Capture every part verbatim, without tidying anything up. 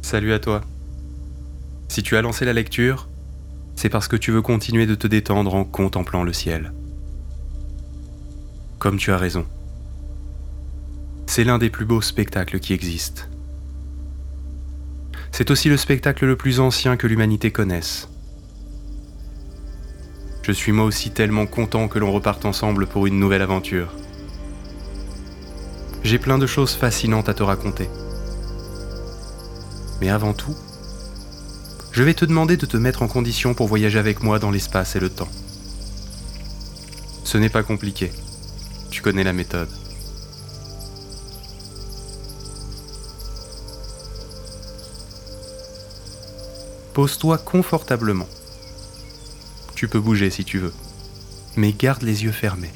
Salut à toi. Si tu as lancé la lecture, c'est parce que tu veux continuer de te détendre en contemplant le ciel. Comme tu as raison. C'est l'un des plus beaux spectacles qui existent. C'est aussi le spectacle le plus ancien que l'humanité connaisse. Je suis moi aussi tellement content que l'on reparte ensemble pour une nouvelle aventure. J'ai plein de choses fascinantes à te raconter. Mais avant tout, je vais te demander de te mettre en condition pour voyager avec moi dans l'espace et le temps. Ce n'est pas compliqué. Tu connais la méthode. Pose-toi confortablement. Tu peux bouger si tu veux, mais garde les yeux fermés.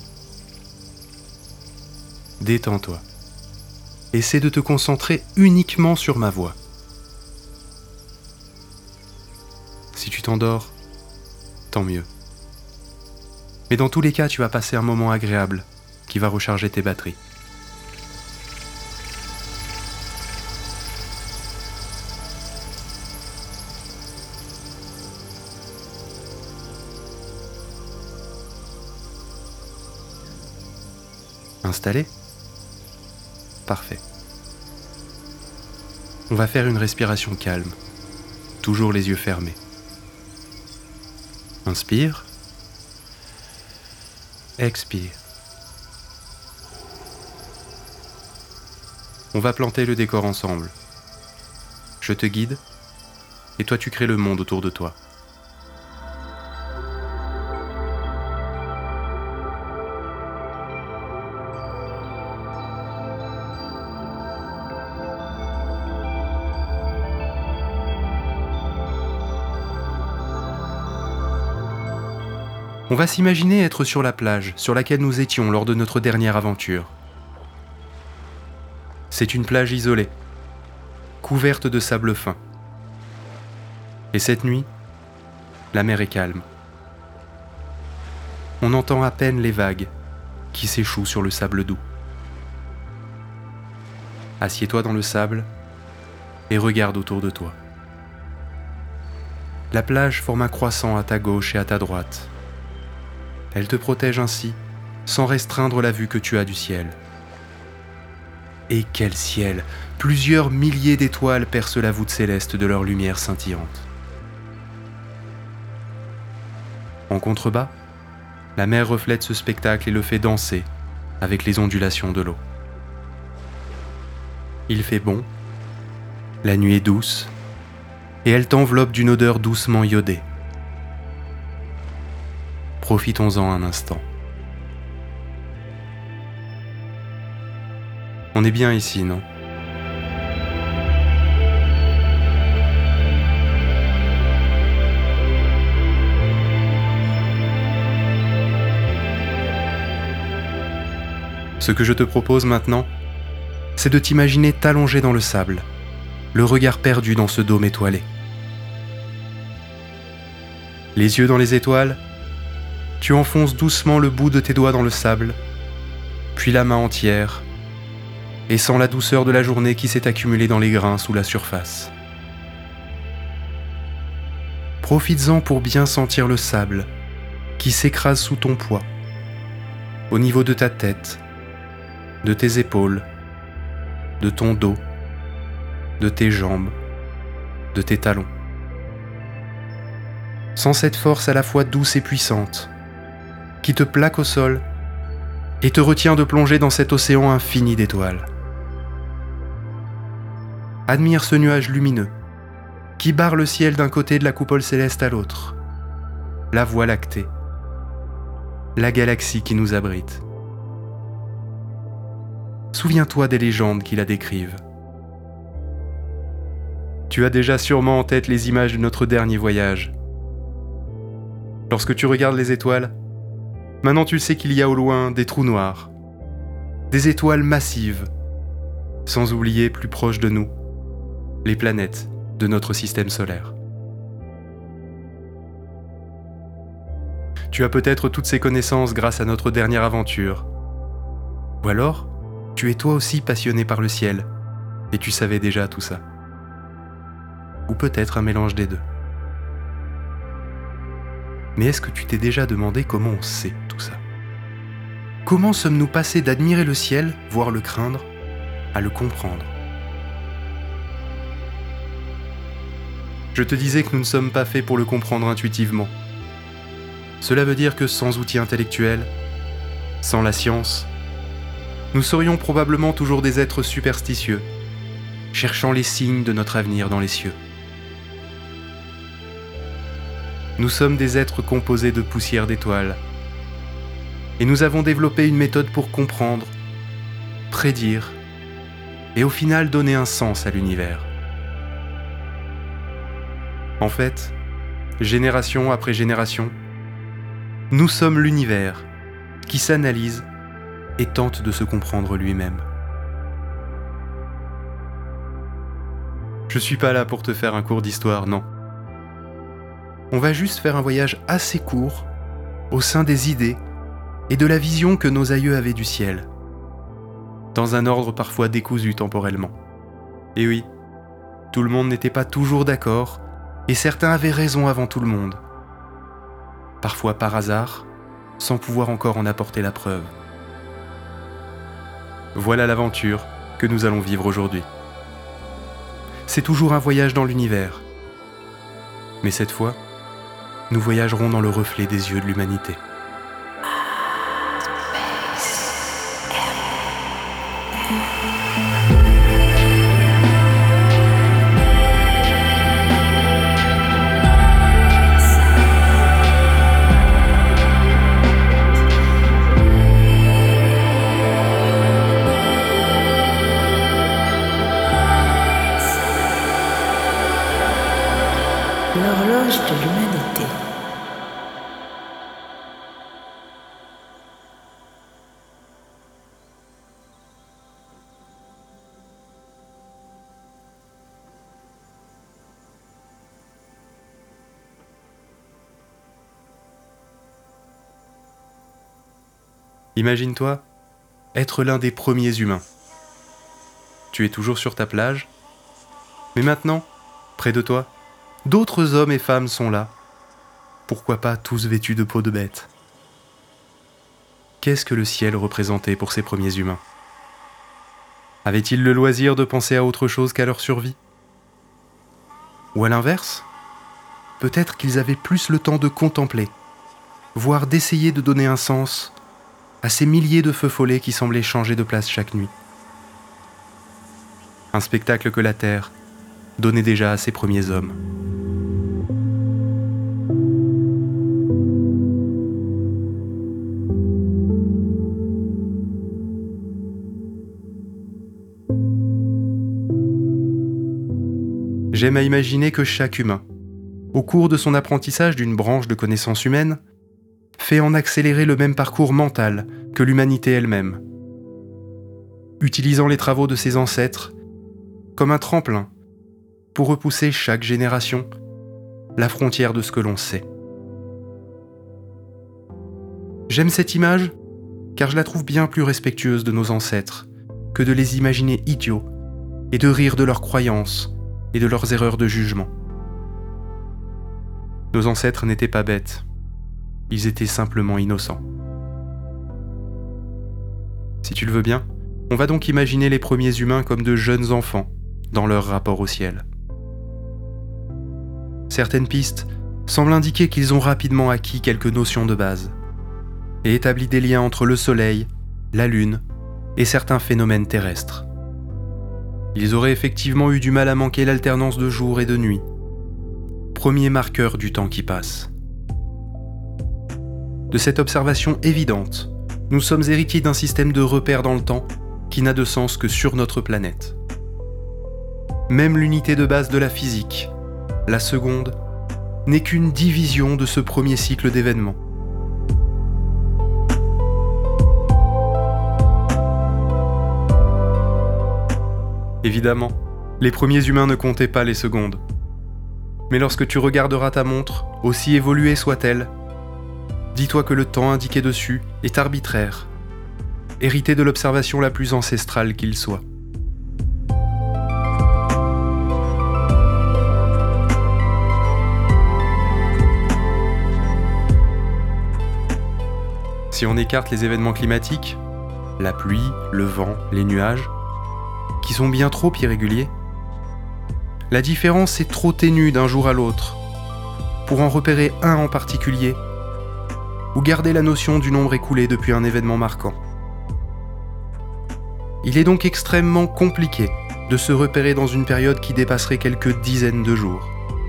Détends-toi. Essaie de te concentrer uniquement sur ma voix. Si tu t'endors, tant mieux. Mais dans tous les cas, tu vas passer un moment agréable qui va recharger tes batteries. Installé ? Parfait. On va faire une respiration calme, toujours les yeux fermés. Inspire. Expire. On va planter le décor ensemble. Je te guide, et toi tu crées le monde autour de toi. On va s'imaginer être sur la plage sur laquelle nous étions lors de notre dernière aventure. C'est une plage isolée, couverte de sable fin. Et cette nuit, la mer est calme. On entend à peine les vagues qui s'échouent sur le sable doux. Assieds-toi dans le sable et regarde autour de toi. La plage forme un croissant à ta gauche et à ta droite. Elle te protège ainsi, sans restreindre la vue que tu as du ciel. Et quel ciel! Plusieurs milliers d'étoiles percent la voûte céleste de leur lumière scintillante. En contrebas, la mer reflète ce spectacle et le fait danser avec les ondulations de l'eau. Il fait bon, la nuit est douce, et elle t'enveloppe d'une odeur doucement iodée. Profitons-en un instant. On est bien ici, non ? Ce que je te propose maintenant, c'est de t'imaginer t'allonger dans le sable, le regard perdu dans ce dôme étoilé. Les yeux dans les étoiles, tu enfonces doucement le bout de tes doigts dans le sable, puis la main entière, et sens la douceur de la journée qui s'est accumulée dans les grains sous la surface. Profites-en pour bien sentir le sable qui s'écrase sous ton poids, au niveau de ta tête, de tes épaules, de ton dos, de tes jambes, de tes talons. Sens cette force à la fois douce et puissante, qui te plaque au sol et te retient de plonger dans cet océan infini d'étoiles. Admire ce nuage lumineux qui barre le ciel d'un côté de la coupole céleste à l'autre, la Voie lactée, la galaxie qui nous abrite. Souviens-toi des légendes qui la décrivent. Tu as déjà sûrement en tête les images de notre dernier voyage. Lorsque tu regardes les étoiles, maintenant tu sais qu'il y a au loin des trous noirs, des étoiles massives, sans oublier plus proches de nous, les planètes de notre système solaire. Tu as peut-être toutes ces connaissances grâce à notre dernière aventure. Ou alors, tu es toi aussi passionné par le ciel, et tu savais déjà tout ça. ou peut-être un mélange des deux. Mais est-ce que tu t'es déjà demandé comment on sait tout ça ? Comment sommes-nous passés d'admirer le ciel, voire le craindre, à le comprendre ? Je te disais que nous ne sommes pas faits pour le comprendre intuitivement. Cela veut dire que sans outils intellectuels, sans la science, nous serions probablement toujours des êtres superstitieux, cherchant les signes de notre avenir dans les cieux. Nous sommes des êtres composés de poussière d'étoiles, et nous avons développé une méthode pour comprendre, prédire, et au final donner un sens à l'univers. En fait, génération après génération, nous sommes l'univers qui s'analyse et tente de se comprendre lui-même. Je suis pas là pour te faire un cours d'histoire, non. On va juste faire un voyage assez court au sein des idées et de la vision que nos aïeux avaient du ciel, dans un ordre parfois décousu temporellement. Et oui, tout le monde n'était pas toujours d'accord, et certains avaient raison avant tout le monde. Parfois par hasard, sans pouvoir encore en apporter la preuve. Voilà l'aventure que nous allons vivre aujourd'hui. C'est toujours un voyage dans l'univers. Mais cette fois, nous voyagerons dans le reflet des yeux de l'humanité. L'horloge de l'humanité. Imagine-toi être l'un des premiers humains. Tu es toujours sur ta plage, mais maintenant, près de toi, d'autres hommes et femmes sont là. Pourquoi pas tous vêtus de peau de bête ? Qu'est-ce que le ciel représentait pour ces premiers humains ? Avaient-ils le loisir de penser à autre chose qu'à leur survie ? Ou à l'inverse ? Peut-être qu'ils avaient plus le temps de contempler, voire d'essayer de donner un sens à ces milliers de feux follets qui semblaient changer de place chaque nuit. Un spectacle que la Terre donnait déjà à ses premiers hommes. J'aime à imaginer que chaque humain, au cours de son apprentissage d'une branche de connaissances humaines, fait en accélérer le même parcours mental que l'humanité elle-même, utilisant les travaux de ses ancêtres comme un tremplin pour repousser chaque génération la frontière de ce que l'on sait. J'aime cette image car je la trouve bien plus respectueuse de nos ancêtres que de les imaginer idiots et de rire de leurs croyances et de leurs erreurs de jugement. Nos ancêtres n'étaient pas bêtes, ils étaient simplement innocents. Si tu le veux bien, on va donc imaginer les premiers humains comme de jeunes enfants dans leur rapport au ciel. Certaines pistes semblent indiquer qu'ils ont rapidement acquis quelques notions de base et établi des liens entre le soleil, la lune et certains phénomènes terrestres. Ils auraient effectivement eu du mal à manquer l'alternance de jour et de nuit, premier marqueur du temps qui passe. De cette observation évidente, nous sommes héritiers d'un système de repères dans le temps qui n'a de sens que sur notre planète. Même l'unité de base de la physique, la seconde, n'est qu'une division de ce premier cycle d'événements. Évidemment, les premiers humains ne comptaient pas les secondes. Mais lorsque tu regarderas ta montre, aussi évoluée soit-elle, dis-toi que le temps indiqué dessus est arbitraire, hérité de l'observation la plus ancestrale qu'il soit. Si on écarte les événements climatiques, la pluie, le vent, les nuages, qui sont bien trop irréguliers, la différence est trop ténue d'un jour à l'autre pour en repérer un en particulier ou garder la notion du nombre écoulé depuis un événement marquant. Il est donc extrêmement compliqué de se repérer dans une période qui dépasserait quelques dizaines de jours.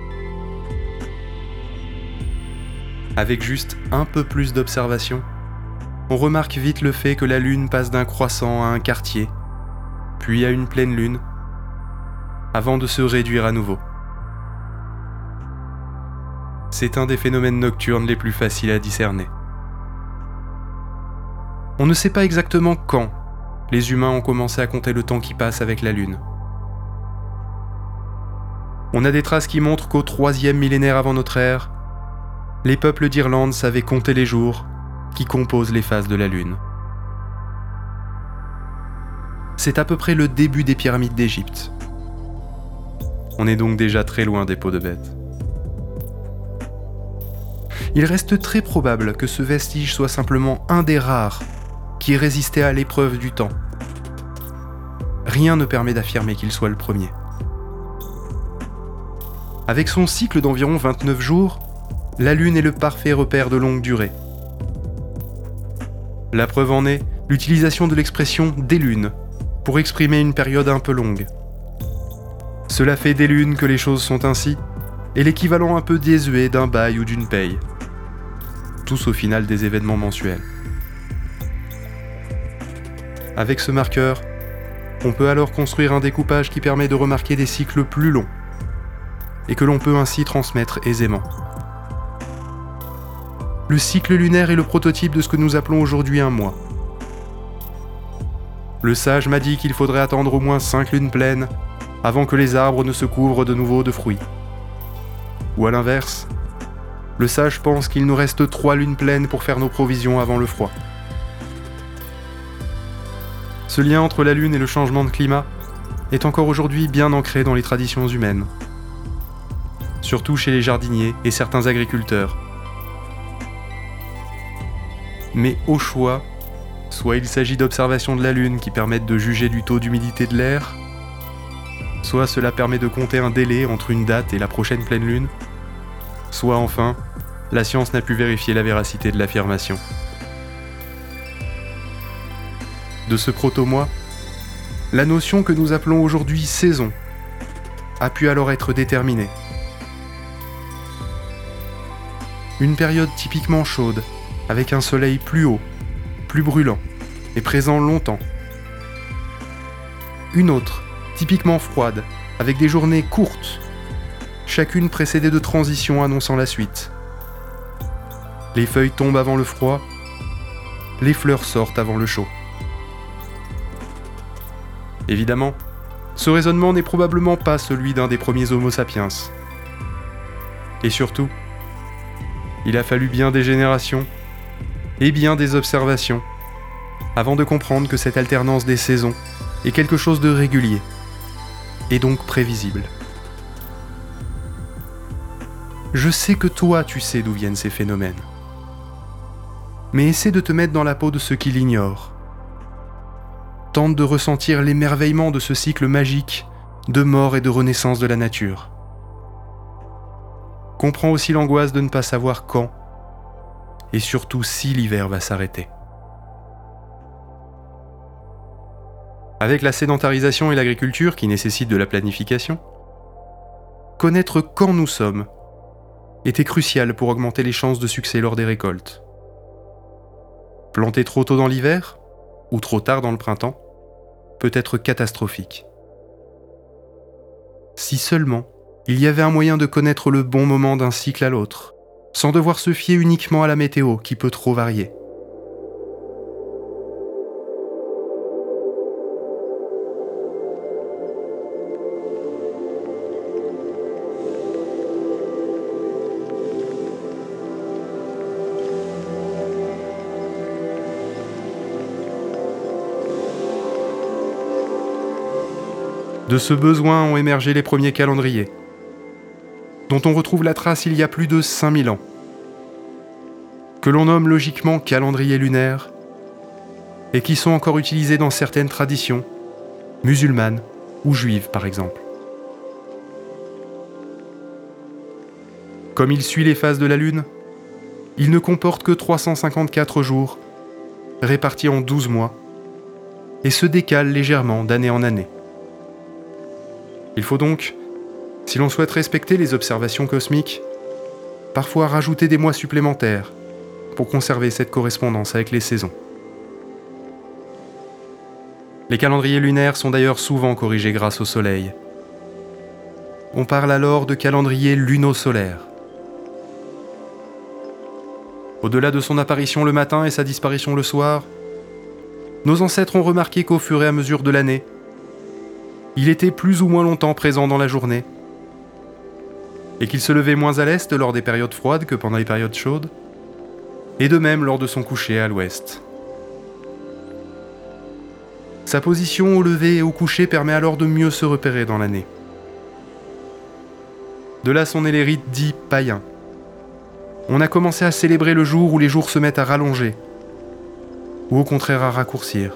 Avec juste un peu plus d'observation, on remarque vite le fait que la Lune passe d'un croissant à un quartier, puis à une pleine Lune, avant de se réduire à nouveau. C'est un des phénomènes nocturnes les plus faciles à discerner. On ne sait pas exactement quand les humains ont commencé à compter le temps qui passe avec la Lune. On a des traces qui montrent qu'au troisième millénaire avant notre ère, les peuples d'Irlande savaient compter les jours qui composent les phases de la Lune. C'est à peu près le début des pyramides d'Égypte. On est donc déjà très loin des peaux de bête. Il reste très probable que ce vestige soit simplement un des rares qui ait résisté à l'épreuve du temps. Rien ne permet d'affirmer qu'il soit le premier. Avec son cycle d'environ vingt-neuf jours, la Lune est le parfait repère de longue durée. La preuve en est l'utilisation de l'expression « des lunes » pour exprimer une période un peu longue. Cela fait des lunes que les choses sont ainsi, et l'équivalent un peu désuet d'un bail ou d'une paye. Tous au final des événements mensuels. Avec ce marqueur, on peut alors construire un découpage qui permet de remarquer des cycles plus longs, et que l'on peut ainsi transmettre aisément. Le cycle lunaire est le prototype de ce que nous appelons aujourd'hui un mois. Le sage m'a dit qu'il faudrait attendre au moins cinq lunes pleines avant que les arbres ne se couvrent de nouveau de fruits. Ou à l'inverse, le sage pense qu'il nous reste trois lunes pleines pour faire nos provisions avant le froid. Ce lien entre la Lune et le changement de climat est encore aujourd'hui bien ancré dans les traditions humaines, surtout chez les jardiniers et certains agriculteurs. Mais au choix, soit il s'agit d'observations de la Lune qui permettent de juger du taux d'humidité de l'air, soit cela permet de compter un délai entre une date et la prochaine pleine Lune, soit enfin, la science n'a pu vérifier la véracité de l'affirmation. De ce proto-mois, la notion que nous appelons aujourd'hui saison a pu alors être déterminée. Une période typiquement chaude, avec un soleil plus haut, plus brûlant, et présent longtemps. Une autre, typiquement froide, avec des journées courtes, chacune précédée de transitions annonçant la suite. Les feuilles tombent avant le froid, les fleurs sortent avant le chaud. Évidemment, ce raisonnement n'est probablement pas celui d'un des premiers Homo sapiens. Et surtout, il a fallu bien des générations et bien des observations avant de comprendre que cette alternance des saisons est quelque chose de régulier et donc prévisible. Je sais que toi tu sais d'où viennent ces phénomènes, mais essaie de te mettre dans la peau de ceux qui l'ignorent. Tente de ressentir l'émerveillement de ce cycle magique de mort et de renaissance de la nature. Comprends aussi l'angoisse de ne pas savoir quand, et surtout si l'hiver va s'arrêter. Avec la sédentarisation et l'agriculture qui nécessitent de la planification, connaître quand nous sommes était crucial pour augmenter les chances de succès lors des récoltes. Planter trop tôt dans l'hiver, ou trop tard dans le printemps, peut être catastrophique. Si seulement il y avait un moyen de connaître le bon moment d'un cycle à l'autre, sans devoir se fier uniquement à la météo qui peut trop varier. De ce besoin ont émergé les premiers calendriers, dont on retrouve la trace il y a plus de cinq mille ans. que l'on nomme logiquement calendrier lunaire, et qui sont encore utilisés dans certaines traditions, musulmanes ou juives par exemple. Comme il suit les phases de la Lune, il ne comporte que trois cent cinquante-quatre jours, répartis en douze mois, et se décale légèrement d'année en année. Il faut donc, si l'on souhaite respecter les observations cosmiques, parfois rajouter des mois supplémentaires pour conserver cette correspondance avec les saisons. Les calendriers lunaires sont d'ailleurs souvent corrigés grâce au Soleil. On parle alors de calendrier luno-solaire. Au-delà de son apparition le matin et sa disparition le soir, nos ancêtres ont remarqué qu'au fur et à mesure de l'année, il était plus ou moins longtemps présent dans la journée, et qu'il se levait moins à l'est lors des périodes froides que pendant les périodes chaudes, et de même lors de son coucher à l'ouest. Sa position au lever et au coucher permet alors de mieux se repérer dans l'année. De là sont nés les rites dits païens. On a commencé à célébrer le jour où les jours se mettent à rallonger, ou au contraire à raccourcir.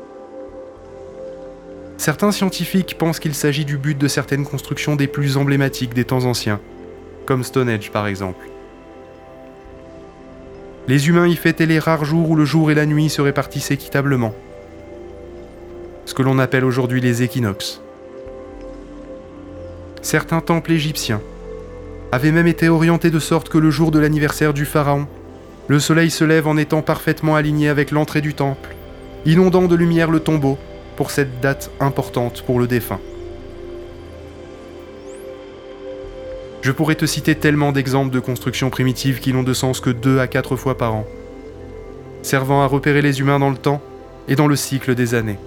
Certains scientifiques pensent qu'il s'agit du but de certaines constructions des plus emblématiques des temps anciens, comme Stonehenge par exemple. Les humains y fêtaient les rares jours où le jour et la nuit se répartissent équitablement, ce que l'on appelle aujourd'hui les équinoxes. Certains temples égyptiens avaient même été orientés de sorte que le jour de l'anniversaire du pharaon, le soleil se lève en étant parfaitement aligné avec l'entrée du temple, inondant de lumière le tombeau pour cette date importante pour le défunt. Je pourrais te citer tellement d'exemples de constructions primitives qui n'ont de sens que deux à quatre fois par an, servant à repérer les humains dans le temps et dans le cycle des années.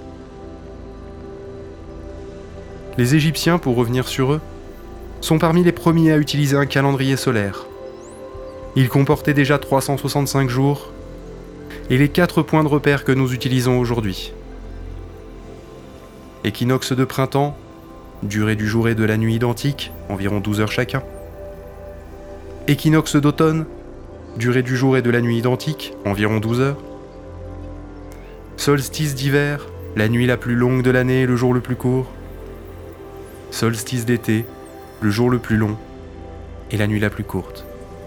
Les Égyptiens, pour revenir sur eux, sont parmi les premiers à utiliser un calendrier solaire. Il comportait déjà trois cent soixante-cinq jours et les quatre points de repère que nous utilisons aujourd'hui. Équinoxe de printemps, durée du jour et de la nuit identique, environ douze heures chacun. Équinoxe d'automne, durée du jour et de la nuit identique, environ douze heures. Solstice d'hiver, la nuit la plus longue de l'année et le jour le plus court. Solstice d'été, le jour le plus long et la nuit la plus courte.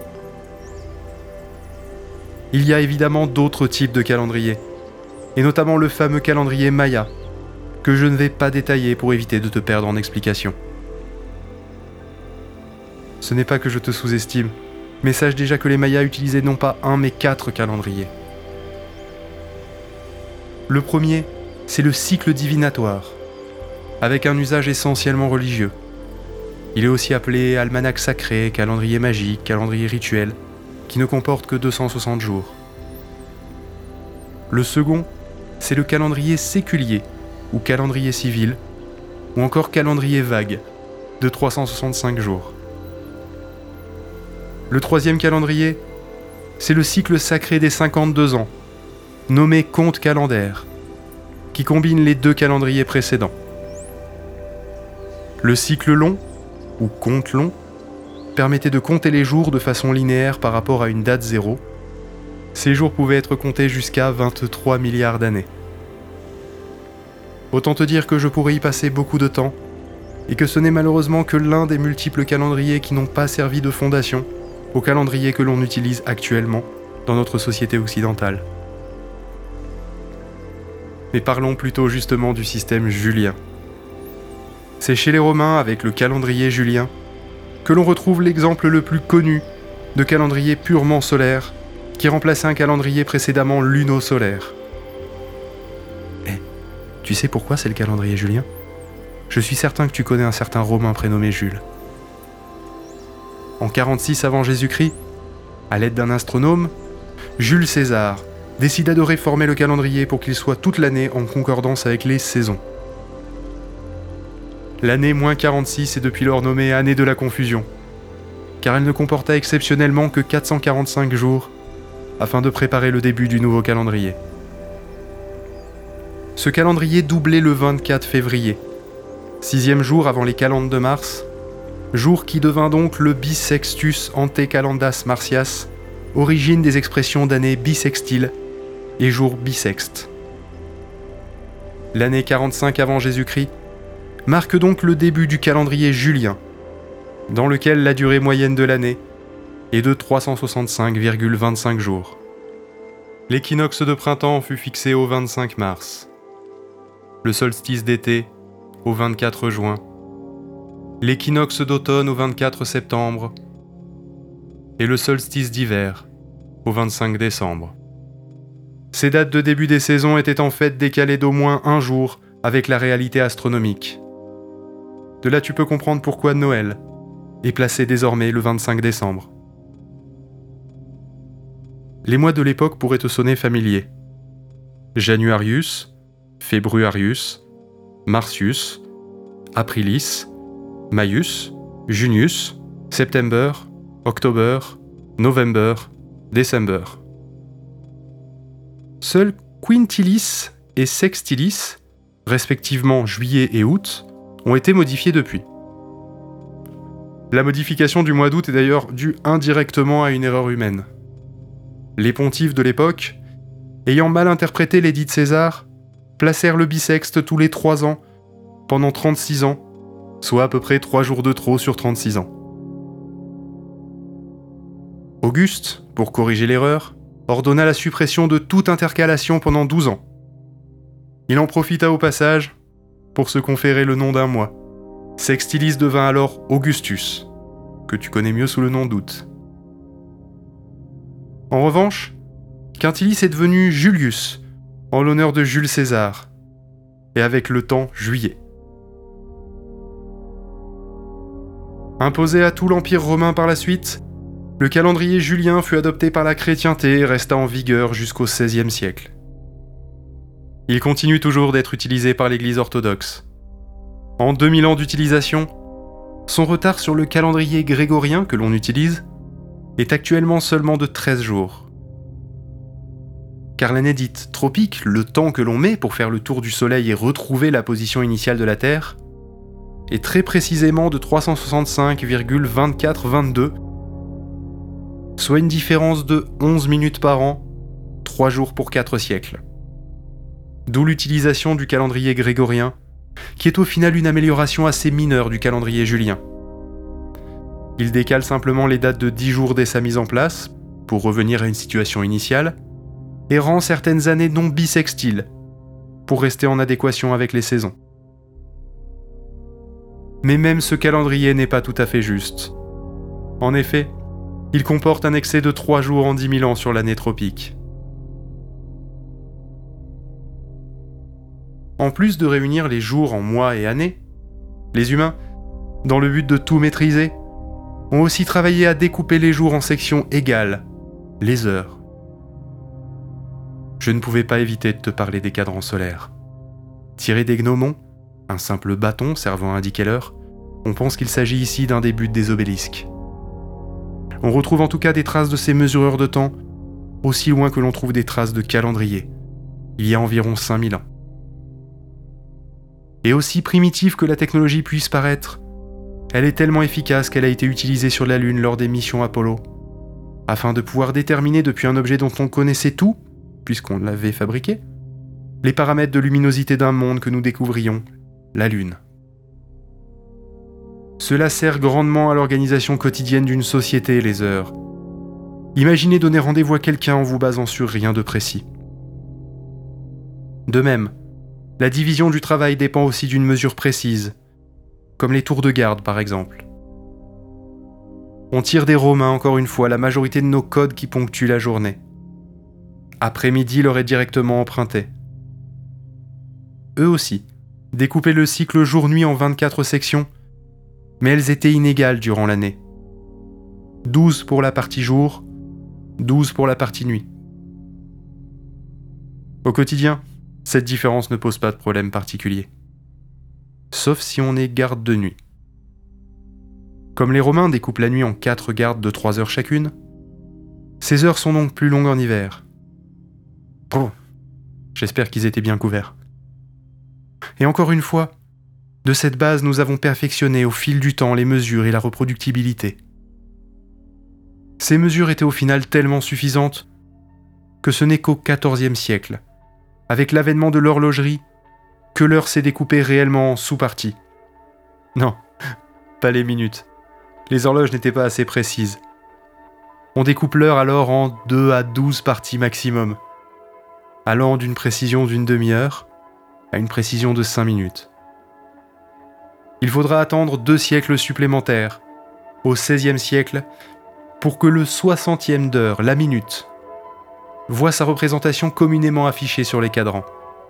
Il y a évidemment d'autres types de calendriers, et notamment le fameux calendrier Maya, que je ne vais pas détailler pour éviter de te perdre en explications. Ce n'est pas que je te sous-estime, mais sache déjà que les Mayas utilisaient non pas un mais quatre calendriers. Le premier, c'est le cycle divinatoire, avec un usage essentiellement religieux. Il est aussi appelé almanach sacré, calendrier magique, calendrier rituel, qui ne comporte que deux cent soixante jours. Le second, c'est le calendrier séculier, ou calendrier civil, ou encore calendrier vague, de trois cent soixante-cinq jours. Le troisième calendrier, c'est le cycle sacré des cinquante-deux ans, nommé compte calendaire, qui combine les deux calendriers précédents. Le cycle long, ou compte long, permettait de compter les jours de façon linéaire par rapport à une date zéro. Ces jours pouvaient être comptés jusqu'à vingt-trois milliards d'années. Autant te dire que je pourrais y passer beaucoup de temps, et que ce n'est malheureusement que l'un des multiples calendriers qui n'ont pas servi de fondation au calendrier que l'on utilise actuellement dans notre société occidentale. Mais parlons plutôt justement du système julien. C'est chez les Romains, avec le calendrier julien, que l'on retrouve l'exemple le plus connu de calendrier purement solaire, qui remplaçait un calendrier précédemment luno-solaire. Mais, tu sais pourquoi c'est le calendrier julien ? Je suis certain que tu connais un certain Romain prénommé Jules. En quarante-six avant Jésus-Christ, à l'aide d'un astronome, Jules César décida de réformer le calendrier pour qu'il soit toute l'année en concordance avec les saisons. L'année moins quarante-six est depuis lors nommée année de la confusion, car elle ne comporta exceptionnellement que quatre cent quarante-cinq jours, afin de préparer le début du nouveau calendrier. Ce calendrier doublait le vingt-quatre février, sixième jour avant les calendes de Mars, jour qui devint donc le Bissextus ante calendas Martias, origine des expressions d'année bissextile et jour bissexte. L'année quarante-cinq avant Jésus-Christ marque donc le début du calendrier julien, dans lequel la durée moyenne de l'année est de trois cent soixante-cinq virgule vingt-cinq jours. L'équinoxe de printemps fut fixé au vingt-cinq mars, le solstice d'été au vingt-quatre juin, l'équinoxe d'automne au vingt-quatre septembre et le solstice d'hiver au vingt-cinq décembre. Ces dates de début des saisons étaient en fait décalées d'au moins un jour avec la réalité astronomique. De là tu peux comprendre pourquoi Noël est placé désormais le vingt-cinq décembre. Les mois de l'époque pourraient te sonner familiers. Januarius, Februarius, Martius, Aprilis, Maius, Junius, September, October, November, December. Seuls Quintilis et Sextilis, respectivement juillet et août, ont été modifiés depuis. La modification du mois d'août est d'ailleurs due indirectement à une erreur humaine. Les pontifes de l'époque, ayant mal interprété l'édit de César, placèrent le bissexte tous les trois ans, pendant trente-six ans, soit à peu près trois jours de trop sur trente-six ans. Auguste, pour corriger l'erreur, ordonna la suppression de toute intercalation pendant douze ans. Il en profita au passage pour se conférer le nom d'un mois. Sextilis devint alors Augustus, que tu connais mieux sous le nom d'août. En revanche, Quintilis est devenu Julius, en l'honneur de Jules César, et avec le temps juillet. Imposé à tout l'Empire romain par la suite, le calendrier julien fut adopté par la chrétienté et resta en vigueur jusqu'au seizième siècle. Il continue toujours d'être utilisé par l'Église orthodoxe. En deux mille ans d'utilisation, son retard sur le calendrier grégorien que l'on utilise est actuellement seulement de treize jours. Car l'année dite tropique, le temps que l'on met pour faire le tour du Soleil et retrouver la position initiale de la Terre, est très précisément de trois cent soixante-cinq virgule vingt-quatre vingt-deux, soit une différence de onze minutes par an, trois jours pour quatre siècles. D'où l'utilisation du calendrier grégorien, qui est au final une amélioration assez mineure du calendrier julien. Il décale simplement les dates de dix jours dès sa mise en place, pour revenir à une situation initiale, et rend certaines années non bissextiles, pour rester en adéquation avec les saisons. Mais même ce calendrier n'est pas tout à fait juste. En effet, il comporte un excès de trois jours en dix mille ans sur l'année tropique. En plus de réunir les jours en mois et années, les humains, dans le but de tout maîtriser, ont aussi travaillé à découper les jours en sections égales, les heures. Je ne pouvais pas éviter de te parler des cadrans solaires. Tirés des gnomons, un simple bâton servant à indiquer l'heure, on pense qu'il s'agit ici d'un des buts des obélisques. On retrouve en tout cas des traces de ces mesureurs de temps, aussi loin que l'on trouve des traces de calendrier, il y a environ cinq mille ans. Et aussi primitive que la technologie puisse paraître, elle est tellement efficace qu'elle a été utilisée sur la Lune lors des missions Apollo, afin de pouvoir déterminer depuis un objet dont on connaissait tout, puisqu'on l'avait fabriqué, les paramètres de luminosité d'un monde que nous découvrions, la Lune. Cela sert grandement à l'organisation quotidienne d'une société, les heures. Imaginez donner rendez-vous à quelqu'un en vous basant sur rien de précis. De même, la division du travail dépend aussi d'une mesure précise, comme les tours de garde par exemple. On tire des Romains encore une fois la majorité de nos codes qui ponctuent la journée. Après-midi leur est directement emprunté. Eux aussi, découpaient le cycle jour-nuit en vingt-quatre sections, mais elles étaient inégales durant l'année. douze pour la partie jour, douze pour la partie nuit. Au quotidien, cette différence ne pose pas de problème particulier. Sauf si on est garde de nuit. Comme les Romains découpent la nuit en quatre gardes de trois heures chacune, ces heures sont donc plus longues en hiver. Oh, j'espère qu'ils étaient bien couverts. Et encore une fois, de cette base nous avons perfectionné au fil du temps les mesures et la reproductibilité. Ces mesures étaient au final tellement suffisantes que ce n'est qu'au quatorzième siècle, avec l'avènement de l'horlogerie, que l'heure s'est découpée réellement en sous-parties. Non, pas les minutes. Les horloges n'étaient pas assez précises. On découpe l'heure alors en deux à douze parties maximum, allant d'une précision d'une demi-heure à une précision de cinq minutes. Il faudra attendre deux siècles supplémentaires, au seizième siècle, pour que le soixantième d'heure, la minute, voit sa représentation communément affichée sur les cadrans.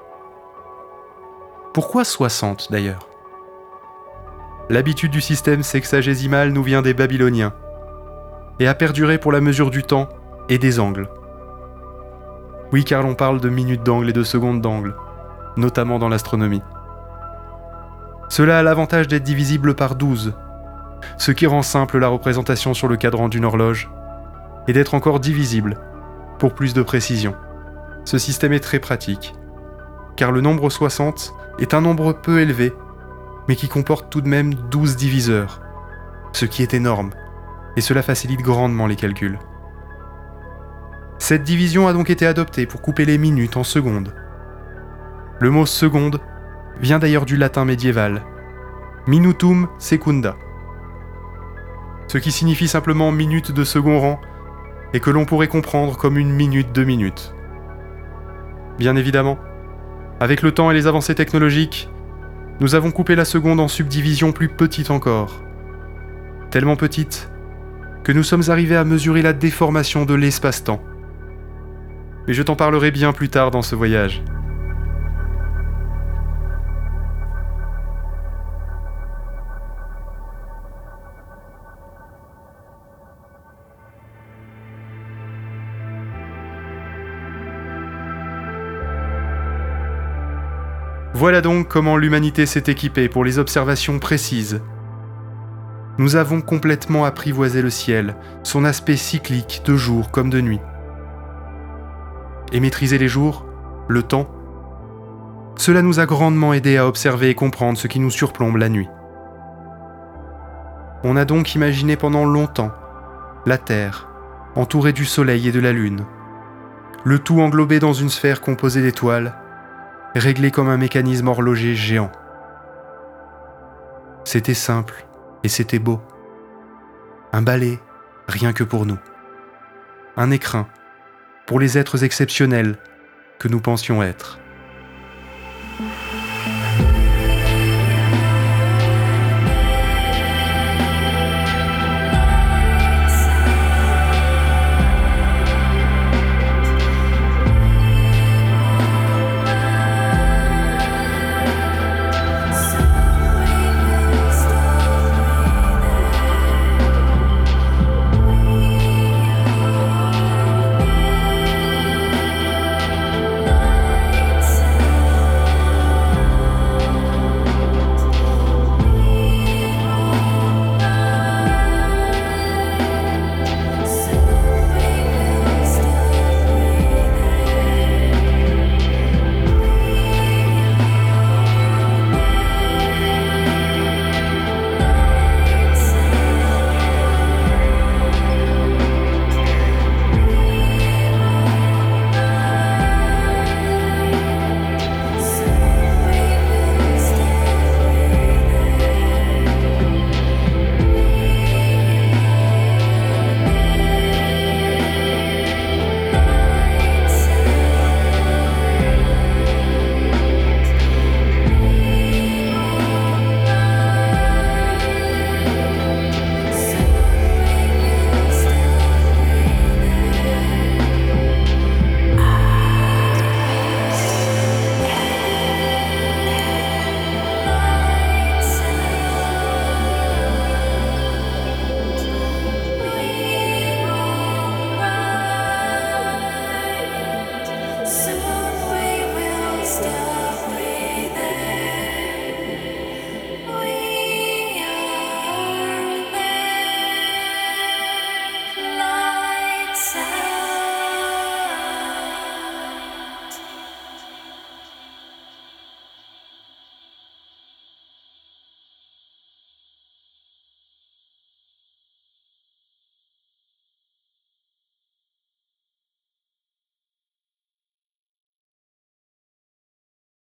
Pourquoi soixante d'ailleurs ? L'habitude du système sexagésimal nous vient des Babyloniens et a perduré pour la mesure du temps et des angles. Oui, car l'on parle de minutes d'angle et de secondes d'angle, notamment dans l'astronomie. Cela a l'avantage d'être divisible par douze, ce qui rend simple la représentation sur le cadran d'une horloge, et d'être encore divisible, pour plus de précision. Ce système est très pratique, car le nombre soixante est un nombre peu élevé, mais qui comporte tout de même douze diviseurs, ce qui est énorme, et cela facilite grandement les calculs. Cette division a donc été adoptée pour couper les minutes en secondes. Le mot seconde vient d'ailleurs du latin médiéval, minutum secunda, ce qui signifie simplement minute de second rang et que l'on pourrait comprendre comme une minute de minute. Bien évidemment, avec le temps et les avancées technologiques, nous avons coupé la seconde en subdivisions plus petites encore, tellement petites que nous sommes arrivés à mesurer la déformation de l'espace-temps. Mais je t'en parlerai bien plus tard dans ce voyage. Voilà donc comment l'humanité s'est équipée pour les observations précises. Nous avons complètement apprivoisé le ciel, son aspect cyclique de jour comme de nuit. Et maîtriser les jours, le temps, cela nous a grandement aidé à observer et comprendre ce qui nous surplombe la nuit. On a donc imaginé pendant longtemps la Terre, entourée du Soleil et de la Lune, le tout englobé dans une sphère composée d'étoiles, réglée comme un mécanisme horloger géant. C'était simple et c'était beau. Un balai, rien que pour nous. Un écrin, pour les êtres exceptionnels que nous pensions être.